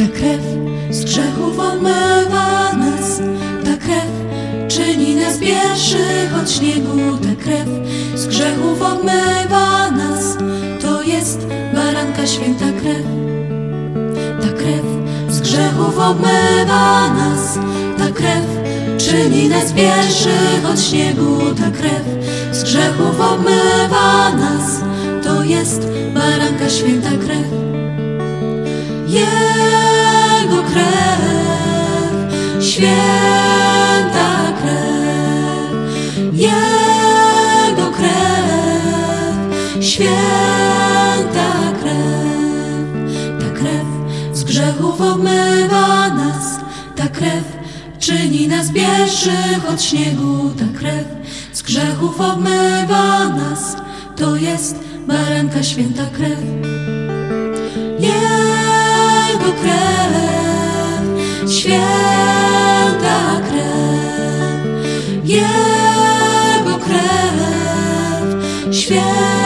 Ta krew z grzechów omywa nas, ta krew czyni nas bielszych od śniegu. Ta krew z grzechów omywa nas, to jest baranka święta krew. Ta krew z grzechów omywa nas, ta krew czyni nas bielszych od śniegu. Ta krew z grzechów omywa nas, to jest baranka święta krew. Jego krew, święta krew, Jego krew, święta krew. Ta krew z grzechów omywa nas, ta krew czyni nas bielszych od śniegu. Ta krew z grzechów omywa nas, to jest baranka święta krew. Jego krew, święta krew, Jego krew, święta krew.